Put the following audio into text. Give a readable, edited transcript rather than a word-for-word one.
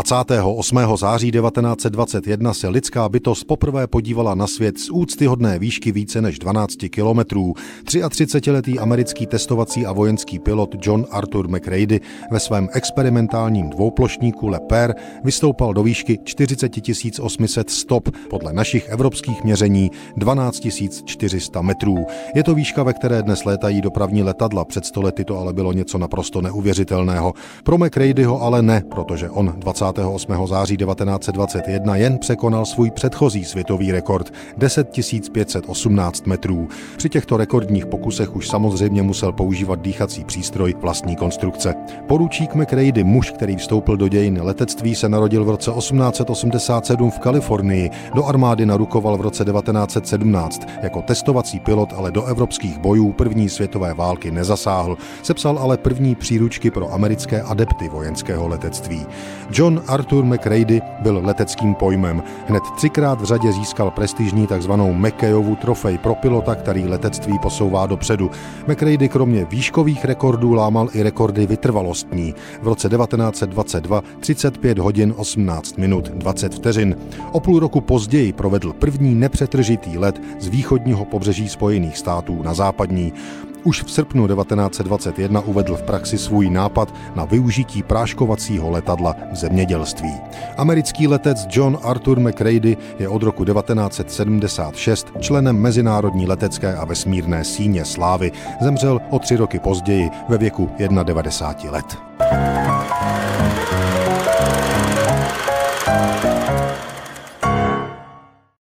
28. září 1921 se lidská bytost poprvé podívala na svět z úctyhodné výšky více než 12 kilometrů. 33letý americký testovací a vojenský pilot John Arthur McCready ve svém experimentálním dvouplošníku Le Père vystoupal do výšky 40 800 stop, podle našich evropských měření 12 400 metrů. Je to výška, ve které dnes létají dopravní letadla, před 100 lety to ale bylo něco naprosto neuvěřitelného. Pro McCreadyho ale ne, protože on 28. září 1921 jen překonal svůj předchozí světový rekord 10 518 metrů. Při těchto rekordních pokusech už samozřejmě musel používat dýchací přístroj vlastní konstrukce. Poručík McCready, muž, který vstoupil do dějin letectví, se narodil v roce 1887 v Kalifornii. Do armády narukoval v roce 1917. Jako testovací pilot ale do evropských bojů první světové války nezasáhl. Sepsal ale první příručky pro americké adepty vojenského letectví. John Arthur McCready byl leteckým pojmem. Hned 3krát v řadě získal prestižní takzvanou Mackayhovu trofej pro pilota, který letectví posouvá dopředu. McCready kromě výškových rekordů lámal i rekordy vytrvalostní. V roce 1922 35 hodin 18 minut 20 vteřin. O půl roku později provedl první nepřetržitý let z východního pobřeží Spojených států na západní. Už v srpnu 1921 uvedl v praxi svůj nápad na využití práškovacího letadla v zemědělství. Americký letec John Arthur McCready je od roku 1976 členem Mezinárodní letecké a vesmírné síně slávy. Zemřel o 3 roky později ve věku 91 let.